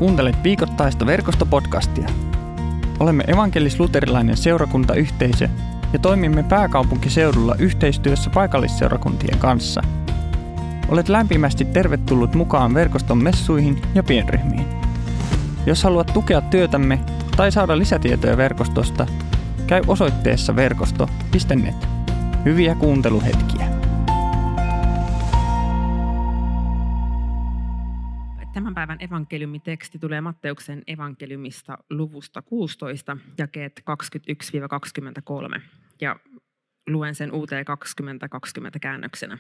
Kuuntelet viikoittaista verkostopodcastia. Olemme evankelis-luterilainen seurakuntayhteisö ja toimimme pääkaupunkiseudulla yhteistyössä paikallisseurakuntien kanssa. Olet lämpimästi tervetullut mukaan verkoston messuihin ja pienryhmiin. Jos haluat tukea työtämme tai saada lisätietoja verkostosta, käy osoitteessa verkosto.net. Hyviä kuunteluhetkiä. Tämän päivän evankeliumiteksti tulee Matteuksen evankeliumista luvusta 16, jakeet 21-23, ja luen sen UT 2020 käännöksenä.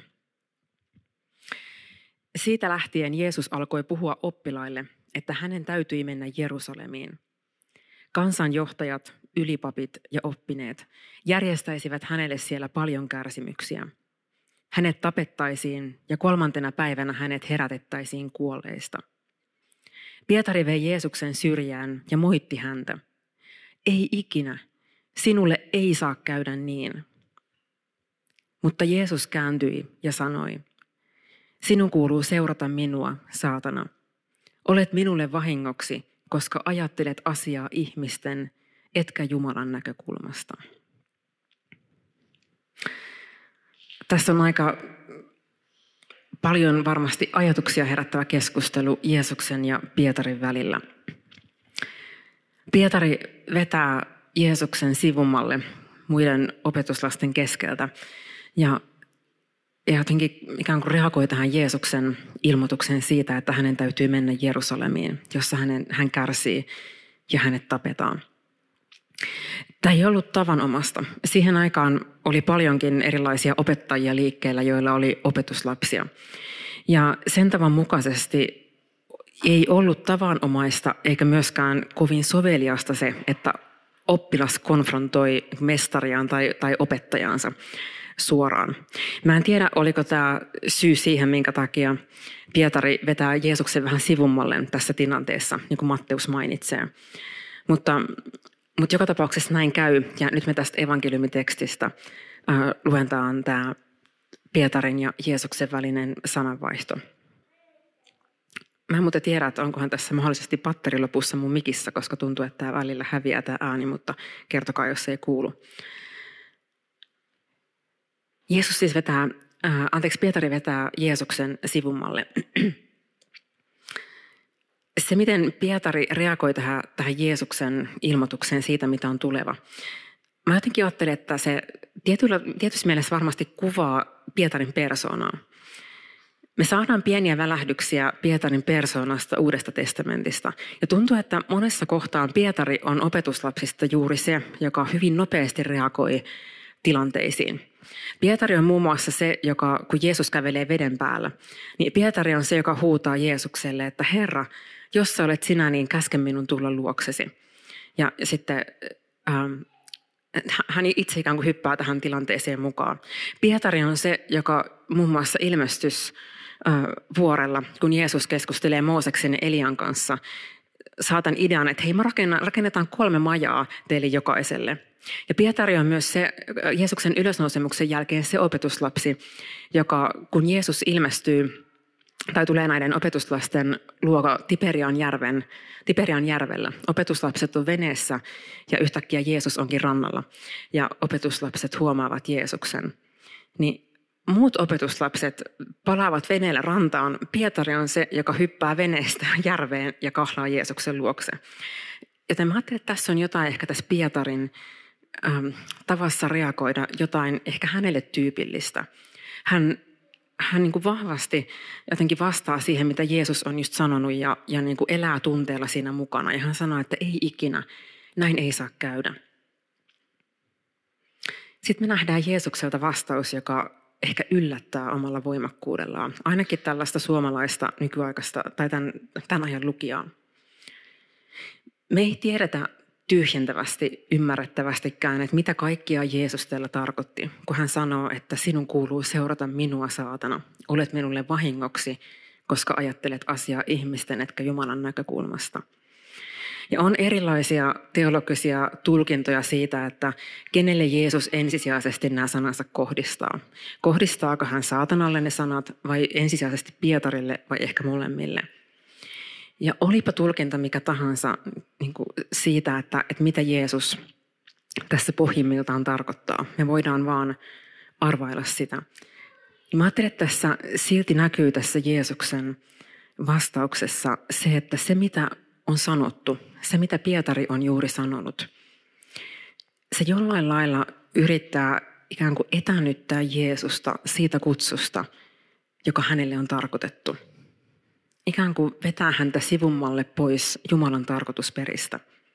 Siitä lähtien Jeesus alkoi puhua oppilaille, että hänen täytyi mennä Jerusalemiin. Kansanjohtajat, ylipapit ja oppineet järjestäisivät hänelle siellä paljon kärsimyksiä. Hänet tapettaisiin ja 3. päivänä hänet herätettäisiin kuolleista. Pietari vei Jeesuksen syrjään ja moitti häntä. Ei ikinä, sinulle ei saa käydä niin. Mutta Jeesus kääntyi ja sanoi, sinun kuuluu seurata minua, saatana. Olet minulle vahingoksi, koska ajattelet asiaa ihmisten, etkä Jumalan näkökulmasta. Tässä on aika paljon varmasti ajatuksia herättävä keskustelu Jeesuksen ja Pietarin välillä. Pietari vetää Jeesuksen sivummalle muiden opetuslasten keskeltä ja jotenkin ikään kuin reagoi tähän Jeesuksen ilmoitukseen siitä, että hänen täytyy mennä Jerusalemiin, jossa hän kärsii ja hänet tapetaan. Tämä ei ollut tavanomasta. Siihen aikaan oli paljonkin erilaisia opettajia liikkeellä, joilla oli opetuslapsia. Ja sen tavan mukaisesti ei ollut tavanomaista eikä myöskään kovin soveliasta se, että oppilas konfrontoi mestariaan tai opettajaansa suoraan. Mä en tiedä, oliko tämä syy siihen, minkä takia Pietari vetää Jeesuksen vähän sivummalle tässä tilanteessa, niin kuin Matteus mainitsee. Mutta joka tapauksessa näin käy, ja nyt me tästä evankeliumitekstistä luentaan tämä Pietarin ja Jeesuksen välinen sananvaihto. Mä en muuten tiedä, että onkohan tässä mahdollisesti patteri lopussa mun mikissä, koska tuntuu, että tämä välillä häviää tämä ääni, mutta kertokaa, jos se ei kuulu. Pietari vetää Jeesuksen sivummalle. Se, miten Pietari reagoi tähän Jeesuksen ilmoitukseen siitä, mitä on tuleva. Mä jotenkin ajattelen, että se tietysti mielessä varmasti kuvaa Pietarin persoonaa. Me saadaan pieniä välähdyksiä Pietarin persoonasta Uudesta testamentista. Ja tuntuu, että monessa kohtaa Pietari on opetuslapsista juuri se, joka hyvin nopeasti reagoi tilanteisiin. Pietari on muun muassa se, kun Jeesus kävelee veden päällä, niin Pietari on se, joka huutaa Jeesukselle, että Herra, jos sä olet sinä, niin käske minun tulla luoksesi. Ja sitten hän itse ikään kuin hyppää tähän tilanteeseen mukaan. Pietari on se, joka muun muassa ilmestysvuorella, kun Jeesus keskustelee Mooseksen ja Elian kanssa, saa tämän idean, että hei, me rakennetaan 3 majaa teille jokaiselle. Ja Pietari on myös se Jeesuksen ylösnousemuksen jälkeen se opetuslapsi, joka kun Jeesus ilmestyy tai tulee näiden opetuslasten luo Tiberian järvellä. Opetuslapset on veneessä ja yhtäkkiä Jeesus onkin rannalla ja opetuslapset huomaavat Jeesuksen. Niin muut opetuslapset palaavat veneellä rantaan. Pietari on se, joka hyppää veneestä järveen ja kahlaa Jeesuksen luokse. Joten mä ajattelin, että tässä on jotain ehkä tässä Pietarin tavassa reagoida, jotain ehkä hänelle tyypillistä. Hän niin kuin vahvasti jotenkin vastaa siihen, mitä Jeesus on just sanonut ja niin kuin elää tunteella siinä mukana. Ja hän sanoo, että ei ikinä, näin ei saa käydä. Sitten me nähdään Jeesukselta vastaus, joka ehkä yllättää omalla voimakkuudellaan. Ainakin tällaista suomalaista nykyaikaista tai tämän ajan lukijaa. Me ei tiedetä tyhjentävästi, ymmärrettävästikään, että mitä kaikkia Jeesus tällä tarkoitti, kun hän sanoo, että sinun kuuluu seurata minua, saatana. Olet minulle vahingoksi, koska ajattelet asiaa ihmisten, etkä Jumalan näkökulmasta. Ja on erilaisia teologisia tulkintoja siitä, että kenelle Jeesus ensisijaisesti nämä sanansa kohdistaa. Kohdistaako hän saatanalle ne sanat vai ensisijaisesti Pietarille vai ehkä molemmille. Ja olipa tulkinta mikä tahansa niin kuin siitä, että mitä Jeesus tässä pohjimmiltaan tarkoittaa. Me voidaan vaan arvailla sitä. Ja mä ajattelen, että tässä silti näkyy tässä Jeesuksen vastauksessa se, että se mitä on sanottu, se mitä Pietari on juuri sanonut, se jollain lailla yrittää ikään kuin etänyttää Jeesusta siitä kutsusta, joka hänelle on tarkoitettu. Ikään kuin vetää häntä sivummalle pois Jumalan tarkoitusperistä.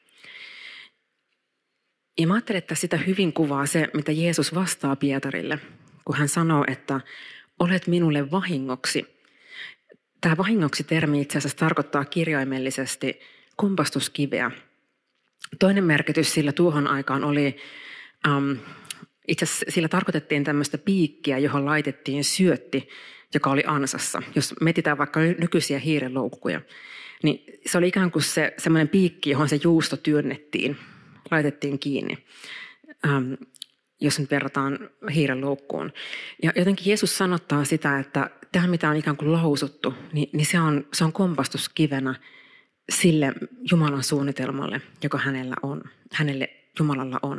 Ja mä ajattelen, että sitä hyvin kuvaa se, mitä Jeesus vastaa Pietarille, kun hän sanoo, että olet minulle vahingoksi. Tämä vahingoksi-termi itse asiassa tarkoittaa kirjaimellisesti kompastuskiveä. Toinen merkitys sillä tuohon aikaan oli, itse asiassa sillä tarkoitettiin tämmöistä piikkiä, johon laitettiin syötti, joka oli ansassa. Jos mietitään vaikka nykyisiä hiirenloukkuja, niin se oli ikään kuin se semmoinen piikki, johon se juusto työnnettiin, laitettiin kiinni, jos nyt verrataan hiirenloukkuun. Ja jotenkin Jeesus sanottaa sitä, että tämä mitä on ikään kuin lausuttu, niin se on kompastuskivenä sille Jumalan suunnitelmalle, joka hänelle Jumalalla on.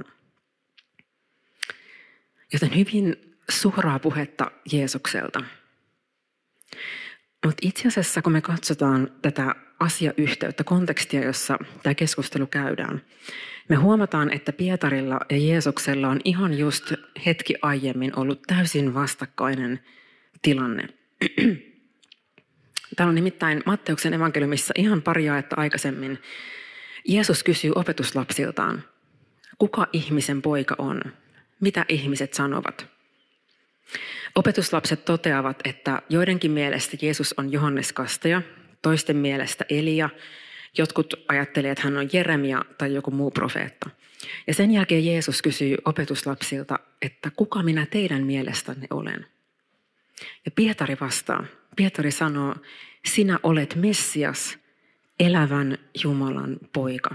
Joten hyvin suoraa puhetta Jeesukselta. Mutta itse asiassa, kun me katsotaan tätä asiayhteyttä, kontekstia, jossa tämä keskustelu käydään, me huomataan, että Pietarilla ja Jeesuksella on ihan just hetki aiemmin ollut täysin vastakkainen tilanne. Täällä on nimittäin Matteuksen evankeliumissa ihan pari jaetta aikaisemmin. Jeesus kysyy opetuslapsiltaan, kuka ihmisen poika on? Mitä ihmiset sanovat? Opetuslapset toteavat, että joidenkin mielestä Jeesus on Johannes Kastaja, toisten mielestä Elia, jotkut ajattelevat, että hän on Jeremia tai joku muu profeetta. Ja sen jälkeen Jeesus kysyy opetuslapsilta, että kuka minä teidän mielestänne olen? Ja Pietari vastaa. Pietari sanoo, sinä olet Messias, elävän Jumalan poika.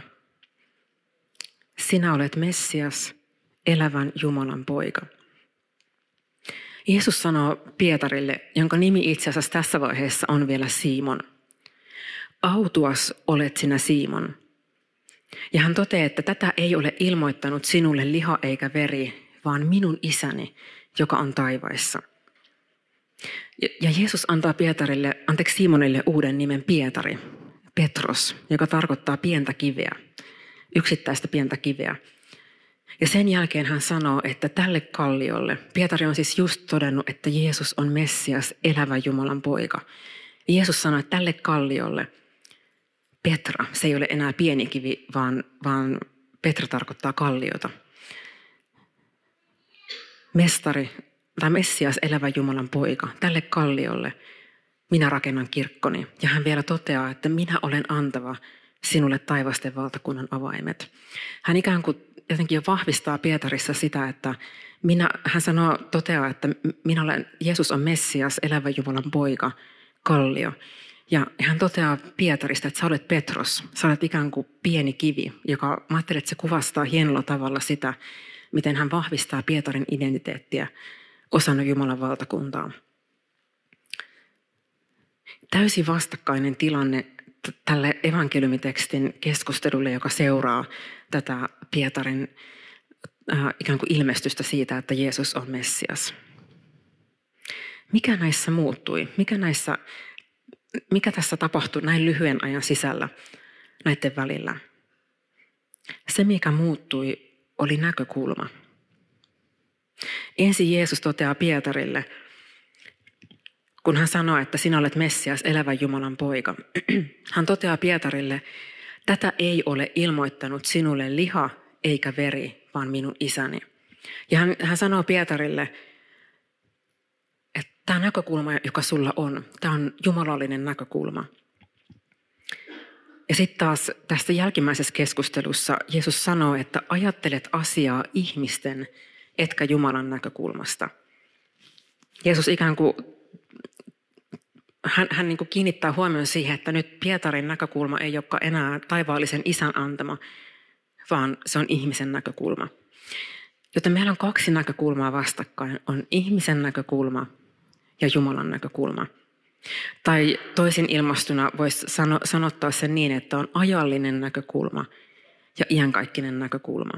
Sinä olet Messias, elävän Jumalan poika. Jeesus sanoo Pietarille, jonka nimi itse asiassa tässä vaiheessa on vielä Simon. Autuas olet sinä Simon. Ja hän toteaa, että tätä ei ole ilmoittanut sinulle liha eikä veri, vaan minun isäni, joka on taivaissa. Ja Jeesus antaa Simonille uuden nimen Pietari, Petros, joka tarkoittaa pientä kiveä, yksittäistä pientä kiveä. Ja sen jälkeen hän sanoo, että tälle kalliolle, Pietari on siis just todennut, että Jeesus on Messias, elävä Jumalan poika. Ja Jeesus sanoo, että tälle kalliolle, Petra, se ei ole enää pieni kivi, vaan Petra tarkoittaa kalliota. Mestari tai Messias, elävä Jumalan poika, tälle kalliolle minä rakennan kirkkoni. Ja hän vielä toteaa, että minä olen antava sinulle taivasten valtakunnan avaimet. Hän ikään kuin jotenkin jo vahvistaa Pietarissa sitä, että hän toteaa, että Jeesus on Messias, elävä Jumalan poika, kallio. Ja hän toteaa Pietarista, että sä olet Petros, sä olet ikään kuin pieni kivi, joka mä ajattelen, että se kuvastaa hienolla tavalla sitä, miten hän vahvistaa Pietarin identiteettiä osana Jumalan valtakuntaa. Täysin vastakkainen tilanne tälle evankeliumitekstin keskustelulle, joka seuraa tätä Pietarin ikään kuin ilmestystä siitä, että Jeesus on Messias. Mikä näissä muuttui? Mikä tässä tapahtui näin lyhyen ajan sisällä näiden välillä? Se, mikä muuttui, oli näkökulma. Ensin Jeesus toteaa Pietarille, kun hän sanoo, että sinä olet Messias, elävä Jumalan poika. Hän toteaa Pietarille, tätä ei ole ilmoittanut sinulle liha eikä veri, vaan minun isäni. Ja hän sanoo Pietarille, että tämä näkökulma, joka sulla on, tämä on jumalallinen näkökulma. Ja sitten taas tässä jälkimmäisessä keskustelussa Jeesus sanoo, että ajattelet asiaa ihmisten, etkä Jumalan näkökulmasta. Jeesus ikään kuin hän niin kuin kiinnittää huomioon siihen, että nyt Pietarin näkökulma ei olekaan enää taivaallisen isän antama, vaan se on ihmisen näkökulma. Joten meillä on kaksi näkökulmaa vastakkain. On ihmisen näkökulma ja Jumalan näkökulma. Tai toisin ilmastuna voisi sanottaa sen niin, että on ajallinen näkökulma ja iankaikkinen näkökulma.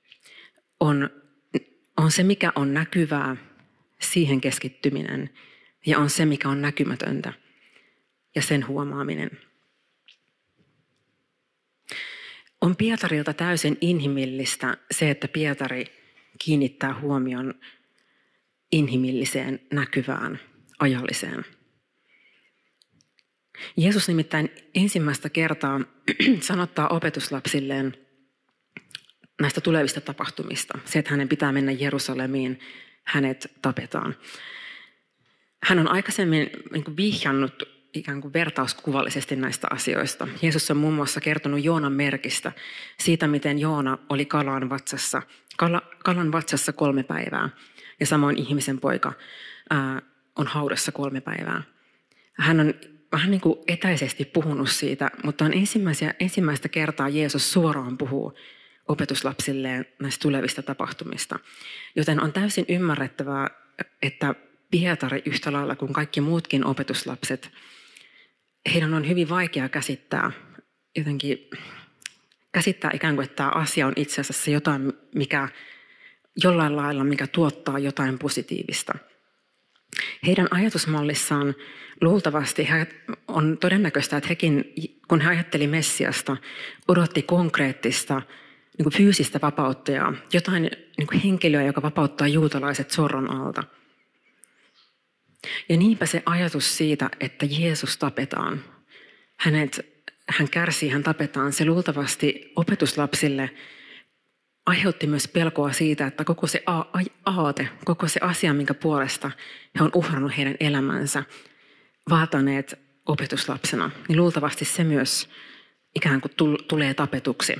On se, mikä on näkyvää, siihen keskittyminen, ja on se, mikä on näkymätöntä, ja sen huomaaminen. On Pietarilta täysin inhimillistä se, että Pietari kiinnittää huomion inhimilliseen, näkyvään, ajalliseen. Jeesus nimittäin ensimmäistä kertaa sanottaa opetuslapsilleen näistä tulevista tapahtumista. Se, että hänen pitää mennä Jerusalemiin, hänet tapetaan. Hän on aikaisemmin vihjannut ikään kuin vertauskuvallisesti näistä asioista. Jeesus on muun muassa kertonut Joonan merkistä, siitä miten Joona oli kalan vatsassa 3 päivää ja samoin ihmisen poika on haudassa 3 päivää. Hän on vähän niin kuin etäisesti puhunut siitä, mutta on ensimmäistä kertaa Jeesus suoraan puhuu opetuslapsilleen näistä tulevista tapahtumista. Joten on täysin ymmärrettävää, että Pietari yhtä lailla kuin kaikki muutkin opetuslapset, heidän on hyvin vaikea käsittää ikään kuin, että tämä asia on itse asiassa jotain, mikä jollain lailla, mikä tuottaa jotain positiivista. Heidän ajatusmallissaan luultavasti on todennäköistä, että hekin, kun he ajatteli Messiasta, odotti konkreettista niin kuin fyysistä vapauttajaa, jotain niin kuin henkilöä, joka vapauttaa juutalaiset sorron alta. Ja niinpä se ajatus siitä, että Jeesus tapetaan, hän kärsii, hän tapetaan, se luultavasti opetuslapsille aiheutti myös pelkoa siitä, että koko se aate, koko se asia, minkä puolesta he on uhrannut heidän elämänsä, vaataneet opetuslapsena, niin luultavasti se myös ikään kuin tulee tapetuksi.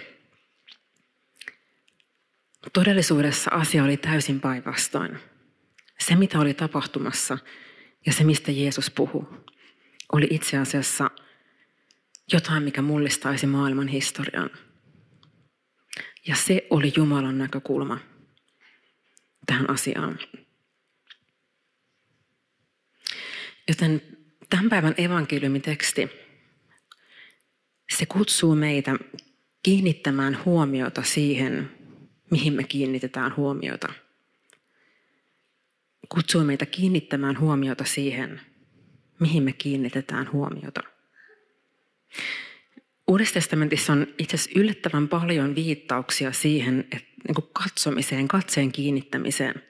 Todellisuudessa asia oli täysin päinvastoin. Se, mitä oli tapahtumassa ja se, mistä Jeesus puhui, oli itse asiassa jotain, mikä mullistaisi maailman historian. Ja se oli Jumalan näkökulma tähän asiaan. Joten tämän päivän evankeliumiteksti, se kutsuu meitä kiinnittämään huomiota siihen, mihin me kiinnitetään huomiota. Kutsuu meitä kiinnittämään huomiota siihen, mihin me kiinnitetään huomiota. Uudessa testamentissa on itse asiassa yllättävän paljon viittauksia siihen, että niin kuin katsomiseen, katseen kiinnittämiseen.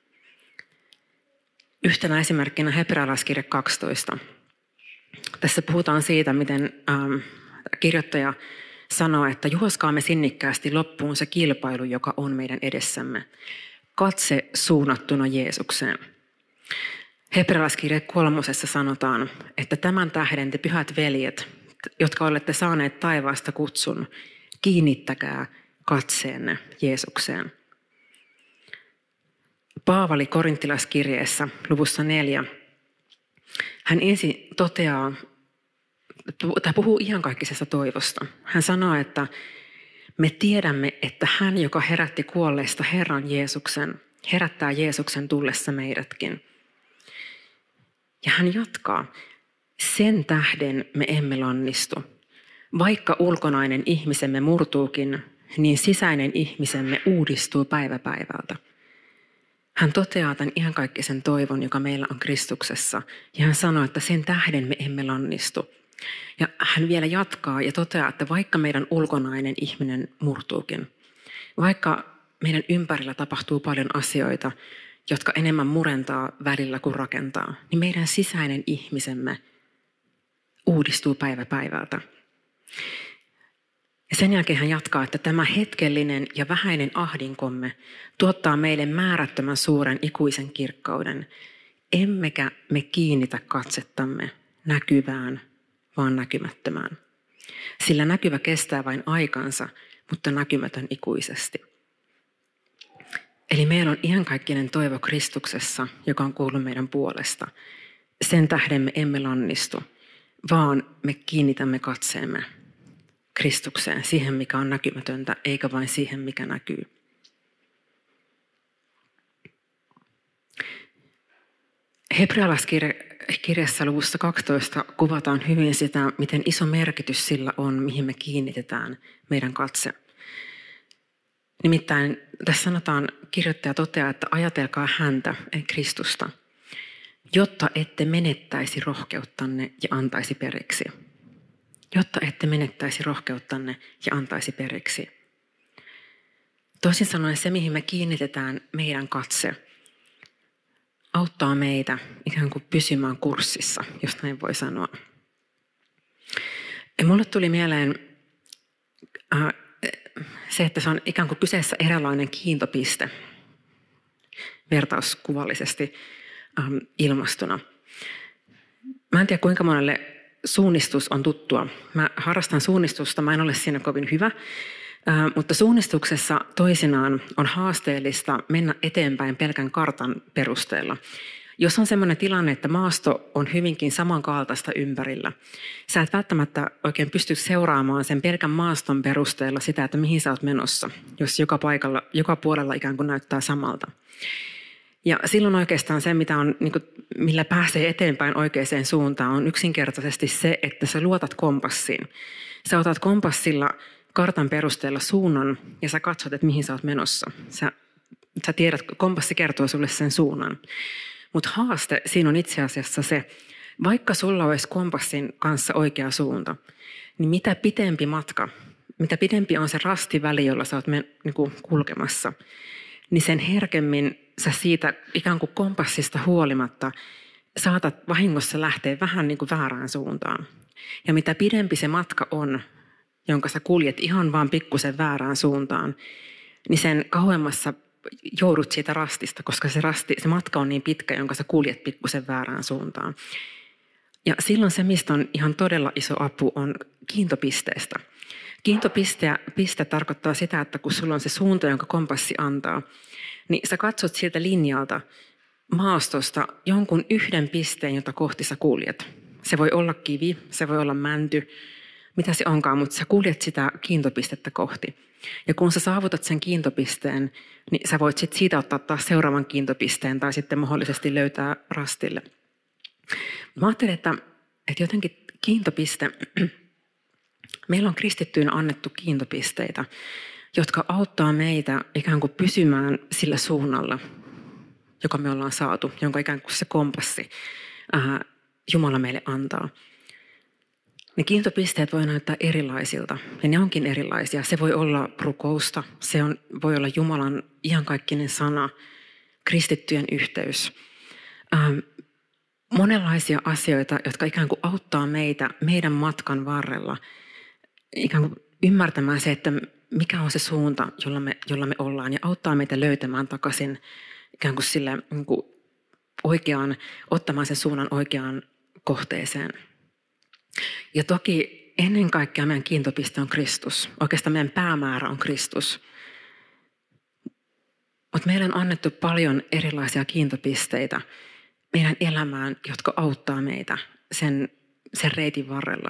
Yhtenä esimerkkinä Hebrealaiskirja 12. Tässä puhutaan siitä, miten kirjoittaja sanoo, että juoskaamme sinnikkäästi loppuun se kilpailu, joka on meidän edessämme. Katse suunnattuna Jeesukseen. Hebrealaiskirja 3. sanotaan, että tämän tähden te pyhät veljet, jotka olette saaneet taivaasta kutsun, kiinnittäkää katseenne Jeesukseen. Paavali Korintilaiskirjeessä luvussa 4, hän ensin toteaa, tai puhuu iankaikkisesta toivosta. Hän sanoo, että me tiedämme, että hän, joka herätti kuolleista Herran Jeesuksen, herättää Jeesuksen tullessa meidätkin. Ja hän jatkaa, sen tähden me emme lannistu. Vaikka ulkonainen ihmisemme murtuukin, niin sisäinen ihmisemme uudistuu päivä päivältä. Hän toteaa tämän iankaikkisen toivon, joka meillä on Kristuksessa. Ja hän sanoo, että sen tähden me emme lannistu. Ja hän vielä jatkaa ja toteaa, että vaikka meidän ulkonainen ihminen murtuukin, vaikka meidän ympärillä tapahtuu paljon asioita, jotka enemmän murentaa välillä kuin rakentaa, niin meidän sisäinen ihmisemme uudistuu päivä päivältä. Ja sen jälkeen hän jatkaa, että tämä hetkellinen ja vähäinen ahdinkomme tuottaa meille määrättömän suuren ikuisen kirkkauden, emmekä me kiinnitä katsettamme näkyvään, vaan näkymättömään. Sillä näkyvä kestää vain aikansa, mutta näkymätön ikuisesti. Eli meillä on iankaikkinen toivo Kristuksessa, joka on kuullut meidän puolesta. Sen tähden me emme lannistu, vaan me kiinnitämme katseemme Kristukseen, siihen mikä on näkymätöntä, eikä vain siihen mikä näkyy. Hebrealaiskirja kirjassa luvussa 12 kuvataan hyvin sitä, miten iso merkitys sillä on, mihin me kiinnitetään meidän katse. Nimittäin tässä sanotaan, kirjoittaja toteaa, että ajatelkaa häntä, eli Kristusta, jotta ette menettäisi rohkeuttanne ja antaisi periksi. Jotta ette menettäisi rohkeuttanne ja antaisi periksi. Toisin sanoen se, mihin me kiinnitetään meidän katse, auttaa meitä ikään kuin pysymään kurssissa, jos näin voi sanoa. Ja mulle tuli mieleen se, että se on ikään kuin kyseessä eräänlainen kiintopiste vertauskuvallisesti ilmastuna. Mä en tiedä, kuinka monelle suunnistus on tuttua. Mä harrastan suunnistusta, mä en ole siinä kovin hyvä, mutta suunnistuksessa toisinaan on haasteellista mennä eteenpäin pelkän kartan perusteella. Jos on sellainen tilanne, että maasto on hyvinkin samankaltaista ympärillä, sä et välttämättä oikein pysty seuraamaan sen pelkän maaston perusteella sitä, että mihin sä oot menossa, jos joka puolella ikään kuin näyttää samalta. Ja silloin oikeastaan se, millä pääsee eteenpäin oikeaan suuntaan, on yksinkertaisesti se, että sä luotat kompassiin. Sä otat kompassilla kartan perusteella suunnan ja sä katsot, että mihin sä oot menossa. Sä tiedät, kompassi kertoo sulle sen suunnan. Mutta haaste siinä on itse asiassa se, vaikka sulla olisi kompassin kanssa oikea suunta, niin mitä pitempi matka, mitä pidempi on se rastiväli, jolla sä oot kulkemassa, niin sen herkemmin sä siitä ikään kuin kompassista huolimatta saatat vahingossa lähteä vähän niin kuin väärään suuntaan. Ja mitä pidempi se matka on, jonka sä kuljet ihan vaan pikkusen väärään suuntaan, niin sen kauemmassa joudut siitä rastista, koska se matka on niin pitkä, jonka sä kuljet pikkusen väärään suuntaan. Ja silloin se, mistä on ihan todella iso apu, on kiintopisteestä. Kiintopiste tarkoittaa sitä, että kun sulla on se suunta, jonka kompassi antaa, niin sä katsot sieltä linjalta maastosta jonkun yhden pisteen, jota kohti sä kuljet. Se voi olla kivi, se voi olla mänty, mitä se onkaan, mutta sä kuljet sitä kiintopistettä kohti. Ja kun sä saavutat sen kiintopisteen, niin sä voit siitä ottaa taas seuraavan kiintopisteen tai sitten mahdollisesti löytää rastille. Mä ajattelen, että jotenkin kiintopiste, meillä on kristittyinä annettu kiintopisteitä, jotka auttaa meitä ikään kuin pysymään sillä suunnalla, joka me ollaan saatu, jonka ikään kuin se kompassi Jumala meille antaa. Ne kiintopisteet voi näyttää erilaisilta, ja ne onkin erilaisia. Se voi olla rukousta, voi olla Jumalan iankaikkinen sana, kristittyjen yhteys. Monenlaisia asioita, jotka ikään kuin auttaa meitä meidän matkan varrella ikään kuin ymmärtämään se, että mikä on se suunta, jolla me ollaan, ja auttaa meitä löytämään takaisin ikään kuin sille niin kuin ottamaan sen suunnan oikeaan kohteeseen. Ja toki ennen kaikkea meidän kiintopiste on Kristus. Oikeastaan meidän päämäärä on Kristus. Mutta meillä on annettu paljon erilaisia kiintopisteitä meidän elämään, jotka auttaa meitä sen reitin varrella.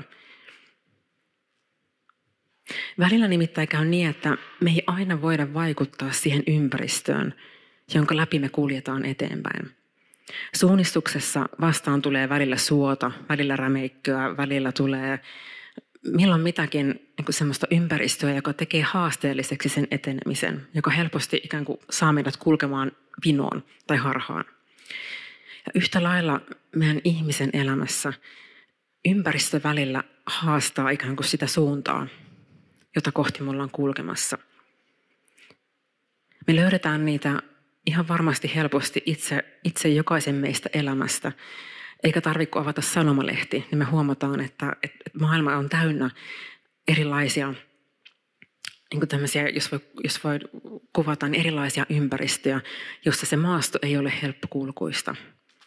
Välillä nimittäin käy niin, että me ei aina voida vaikuttaa siihen ympäristöön, jonka läpi me kuljetaan eteenpäin. Suunnistuksessa vastaan tulee välillä suota, välillä rämeikköä, välillä tulee milloin mitäkin niin kuin semmoista ympäristöä, joka tekee haasteelliseksi sen etenemisen, joka helposti ikään kuin saa meidät kulkemaan vinoon tai harhaan. Ja yhtä lailla meidän ihmisen elämässä ympäristö välillä haastaa ikään kuin sitä suuntaa, jota kohti me ollaan kulkemassa. Me löydetään niitä ihan varmasti helposti itse jokaisen meistä elämästä. Eikä tarvitse avata sanomalehti, niin me huomataan, että maailma on täynnä erilaisia, niin kuin tämmöisiä, jos voi kuvata, niin erilaisia ympäristöjä, jossa se maasto ei ole helppokulkuista.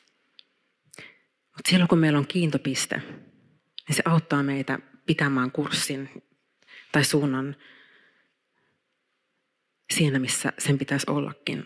Mutta silloin kun meillä on kiintopiste, niin se auttaa meitä pitämään kurssin tai suunnan siinä, missä sen pitäisi ollakin.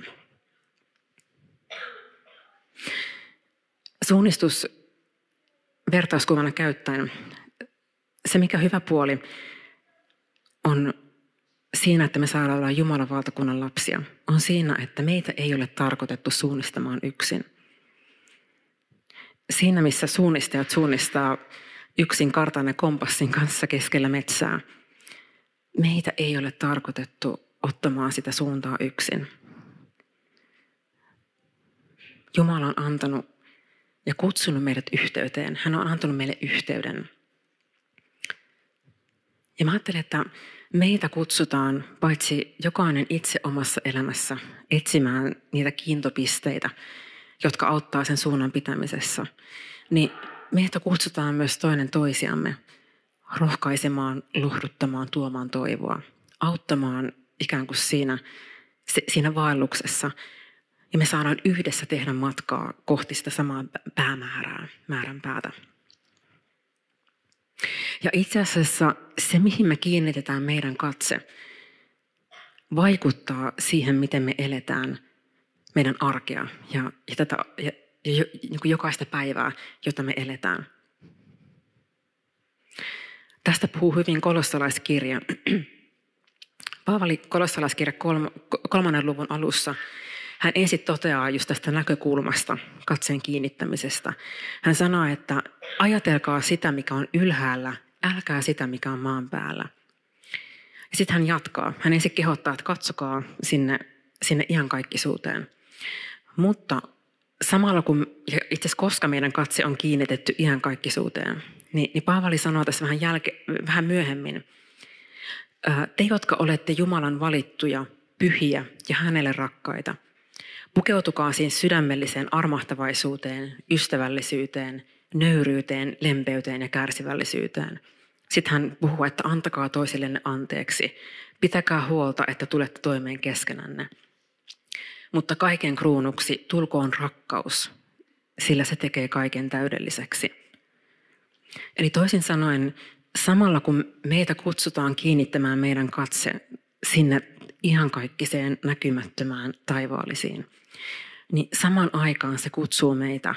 Suunnistus vertauskuvana käyttäen, se mikä hyvä puoli on siinä, että me saadaan olla Jumalan valtakunnan lapsia, on siinä, että meitä ei ole tarkoitettu suunnistamaan yksin. siinä missä suunnistajat suunnistaa yksin kartan ja kompassin kanssa keskellä metsää, meitä ei ole tarkoitettu ottamaan sitä suuntaa yksin. Jumala on antanut ja kutsunut meidät yhteyteen. Hän on antanut meille yhteyden. Ja mä ajattelen, että meitä kutsutaan paitsi jokainen itse omassa elämässä etsimään niitä kiintopisteitä, jotka auttaa sen suunnan pitämisessä, niin meitä kutsutaan myös toinen toisiamme rohkaisemaan, lohduttamaan, tuomaan toivoa, auttamaan ikään kuin siinä vaelluksessa. Ja me saadaan yhdessä tehdä matkaa kohti sitä samaa määränpäätä. Ja itse asiassa se, mihin me kiinnitetään meidän katse, vaikuttaa siihen, miten me eletään meidän arkea ja jokaista päivää, jota me eletään. Tästä puhuu hyvin kolossalaiskirja. Paavali kolossalaiskirja 3. luvun alussa. Hän ensin toteaa just tästä näkökulmasta, katseen kiinnittämisestä. Hän sanoo, että ajatelkaa sitä, mikä on ylhäällä, älkää sitä, mikä on maan päällä. Ja sitten hän jatkaa. Hän ensin kehottaa, että katsokaa sinne iankaikkisuuteen. Mutta samalla kun, itse asiassa koska meidän katse on kiinnitetty iankaikkisuuteen, niin Paavali sanoo tässä vähän myöhemmin, te, jotka olette Jumalan valittuja, pyhiä ja hänelle rakkaita, pukeutukaa siis sydämelliseen armahtavaisuuteen, ystävällisyyteen, nöyryyteen, lempeyteen ja kärsivällisyyteen. Sitten hän puhuu, että antakaa toisillenne anteeksi, pitäkää huolta, että tulette toimeen keskenänne. Mutta kaiken kruunuksi tulkoon rakkaus, sillä se tekee kaiken täydelliseksi. Eli toisin sanoen, samalla kun meitä kutsutaan kiinnittämään meidän katse sinne iankaikkiseen näkymättömään taivaallisiin, niin saman aikaan se kutsuu meitä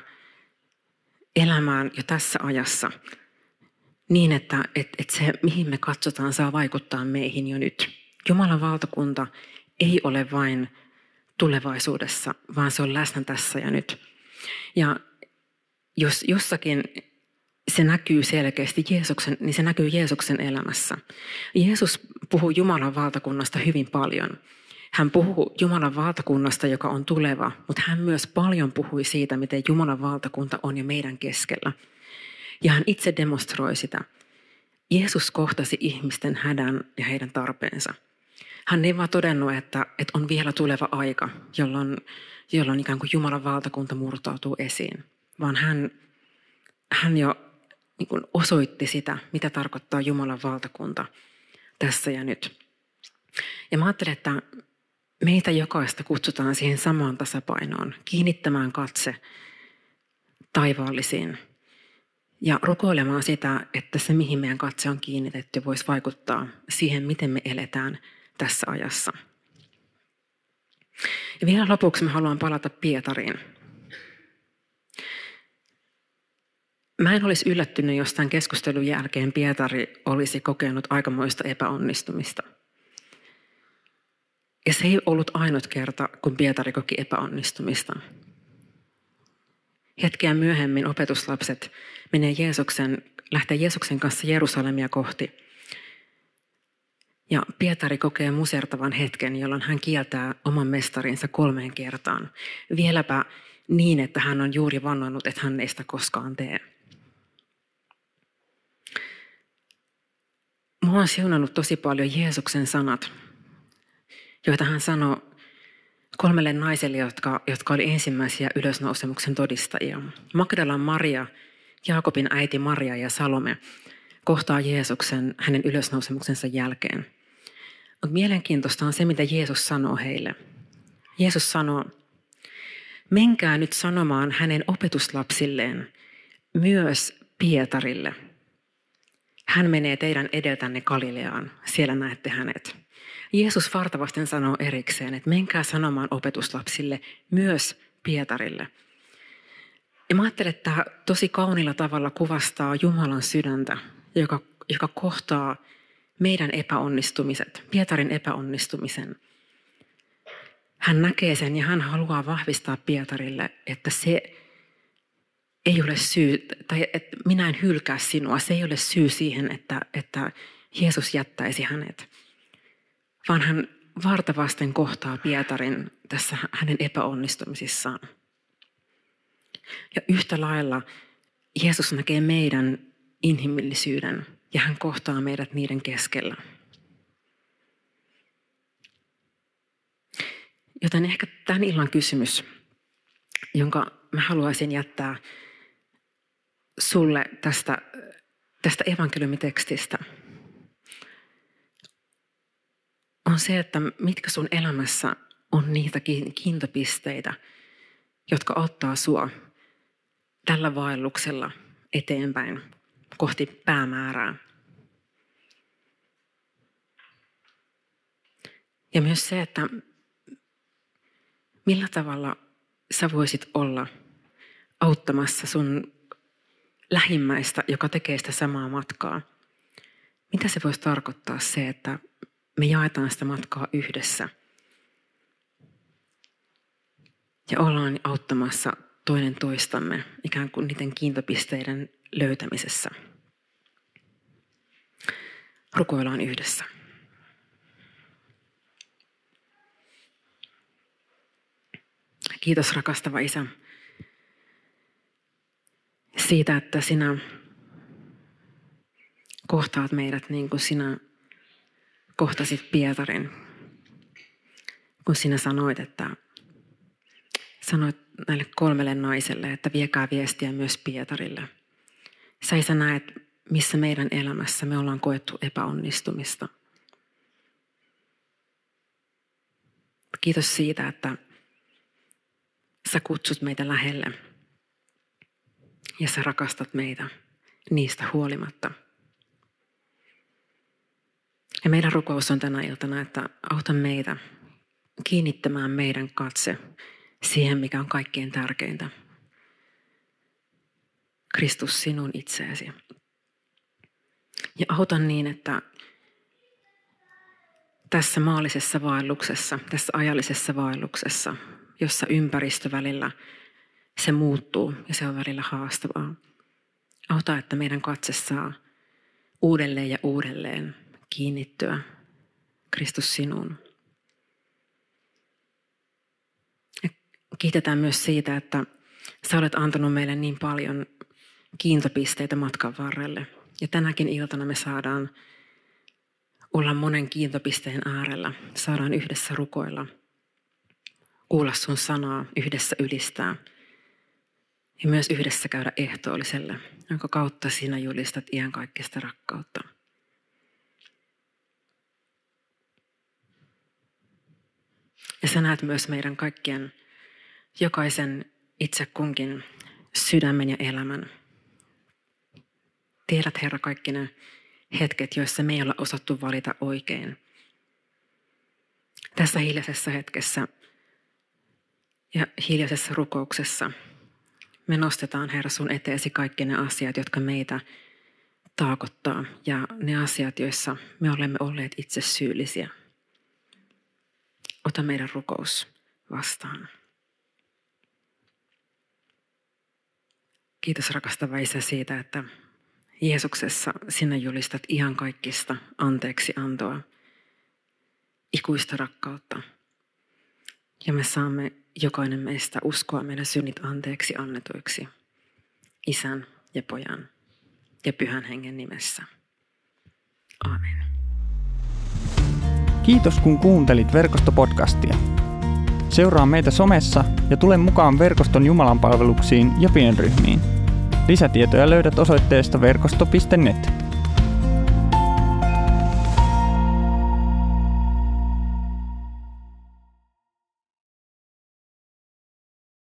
elämään jo tässä ajassa niin, että se, mihin me katsotaan, saa vaikuttaa meihin jo nyt. Jumalan valtakunta ei ole vain tulevaisuudessa, vaan se on läsnä tässä ja nyt. Ja jos jossakin se näkyy selkeästi niin se näkyy Jeesuksen elämässä. Jeesus puhuu Jumalan valtakunnasta hyvin paljon. Hän puhuu Jumalan valtakunnasta, joka on tuleva, mutta hän myös paljon puhui siitä, miten Jumalan valtakunta on jo meidän keskellä. Ja hän itse demonstroi sitä. Jeesus kohtasi ihmisten hädän ja heidän tarpeensa. Hän ei vaan todennut, että on vielä tuleva aika, jolloin ikään kuin Jumalan valtakunta murtautuu esiin, vaan hän jo niin kuin osoitti sitä, mitä tarkoittaa Jumalan valtakunta tässä ja nyt. Ja mä ajattelen, että meitä jokaista kutsutaan siihen samaan tasapainoon, kiinnittämään katse taivaallisiin ja rukoilemaan sitä, että se, mihin meidän katse on kiinnitetty, voisi vaikuttaa siihen, miten me eletään tässä ajassa. Ja vielä lopuksi mä haluan palata Pietariin. Mä en olisi yllättynyt, jos tämän keskustelun jälkeen Pietari olisi kokenut aikamoista epäonnistumista. Ja se ei ollut ainut kerta, kun Pietari koki epäonnistumista. Hetkeä myöhemmin opetuslapset lähtee Jeesuksen kanssa Jerusalemia kohti. Ja Pietari kokee musertavan hetken, jolloin hän kieltää oman mestarinsa 3 kertaan. Vieläpä niin, että hän on juuri vannonut, että hän ei sitä koskaan tee. Mua on siunannut tosi paljon Jeesuksen sanat, joita hän sanoi 3 naiselle, jotka oli ensimmäisiä ylösnousemuksen todistajia. Magdalan Maria, Jaakobin äiti Maria ja Salome kohtaa Jeesuksen hänen ylösnousemuksensa jälkeen. Mutta mielenkiintoista on se, mitä Jeesus sanoo heille. Jeesus sanoo, menkää nyt sanomaan hänen opetuslapsilleen, myös Pietarille. Hän menee teidän edeltänne Galileaan, siellä näette hänet. Jeesus vartavasten sanoo erikseen, että menkää sanomaan opetuslapsille, myös Pietarille. Ja mä ajattelen, että tämä tosi kauniilla tavalla kuvastaa Jumalan sydäntä, joka kohtaa meidän epäonnistumiset, Pietarin epäonnistumisen. Hän näkee sen ja hän haluaa vahvistaa Pietarille, että ei ole syy, tai että minä en hylkää sinua, se ei ole syy siihen, että Jeesus jättäisi hänet. Vaan hän vartavasten kohtaa Pietarin tässä hänen epäonnistumisissaan. Ja yhtä lailla Jeesus näkee meidän inhimillisyyden ja hän kohtaa meidät niiden keskellä. Joten ehkä tämän illan kysymys, jonka mä haluaisin jättää sulle tästä evankeliumitekstistä, on se, että mitkä sun elämässä on niitä kiintopisteitä, jotka ottaa sua tällä vaelluksella eteenpäin kohti päämäärää. Ja myös se, että millä tavalla sä voisit olla auttamassa sun lähimmäistä, joka tekee sitä samaa matkaa. Mitä se voisi tarkoittaa se, että me jaetaan sitä matkaa yhdessä ja ollaan auttamassa toinen toistamme ikään kuin niiden kiintopisteiden löytämisessä. Rukoillaan yhdessä. Kiitos rakastava Isä siitä, että sinä kohtaat meidät niin kuin sinä kohtasit Pietarin. Kun sinä sanoit näille 3 naiselle, että viekää viestiä myös Pietarille. Sä näet, missä meidän elämässä me ollaan koettu epäonnistumista. Kiitos siitä, että sä kutsut meitä lähelle ja sä rakastat meitä niistä huolimatta. Ja meidän rukous on tänä iltana, että auta meitä kiinnittämään meidän katse siihen, mikä on kaikkein tärkeintä. Kristus, sinun itseesi. Ja auta niin, että tässä maallisessa vaelluksessa, tässä ajallisessa vaelluksessa, jossa ympäristö välillä se muuttuu ja se on välillä haastavaa. Auta, että meidän katse saa uudelleen ja uudelleen kiinnittyä Kristus sinuun. Ja kiitetään myös siitä, että sä olet antanut meille niin paljon kiintopisteitä matkan varrelle. Ja tänäkin iltana me saadaan olla monen kiintopisteen äärellä. Saadaan yhdessä rukoilla, kuulla sun sanaa, yhdessä ylistää ja myös yhdessä käydä ehtoolliselle, jonka kautta sinä julistat iankaikkista rakkautta. Ja sä näet myös meidän kaikkien, jokaisen itse kunkin sydämen ja elämän. Tiedät, Herra, kaikki ne hetket, joissa me ei olla osattu valita oikein. Tässä hiljaisessa hetkessä ja hiljaisessa rukouksessa me nostetaan, Herra, sun eteesi kaikki ne asiat, jotka meitä taakottaa ja ne asiat, joissa me olemme olleet itse syyllisiä. Ota meidän rukous vastaan. Kiitos rakastava Isä siitä, että Jeesuksessa sinä julistat iankaikkista anteeksiantoa, ikuista rakkautta. Ja me saamme jokainen meistä uskoa meidän synnit anteeksi annetuiksi Isän ja Pojan ja Pyhän Hengen nimessä. Aamen. Kiitos kun kuuntelit Verkosto-podcastia. Seuraa meitä somessa ja tule mukaan verkoston jumalanpalveluksiin ja pienryhmiin. Lisätietoja löydät osoitteesta verkosto.net.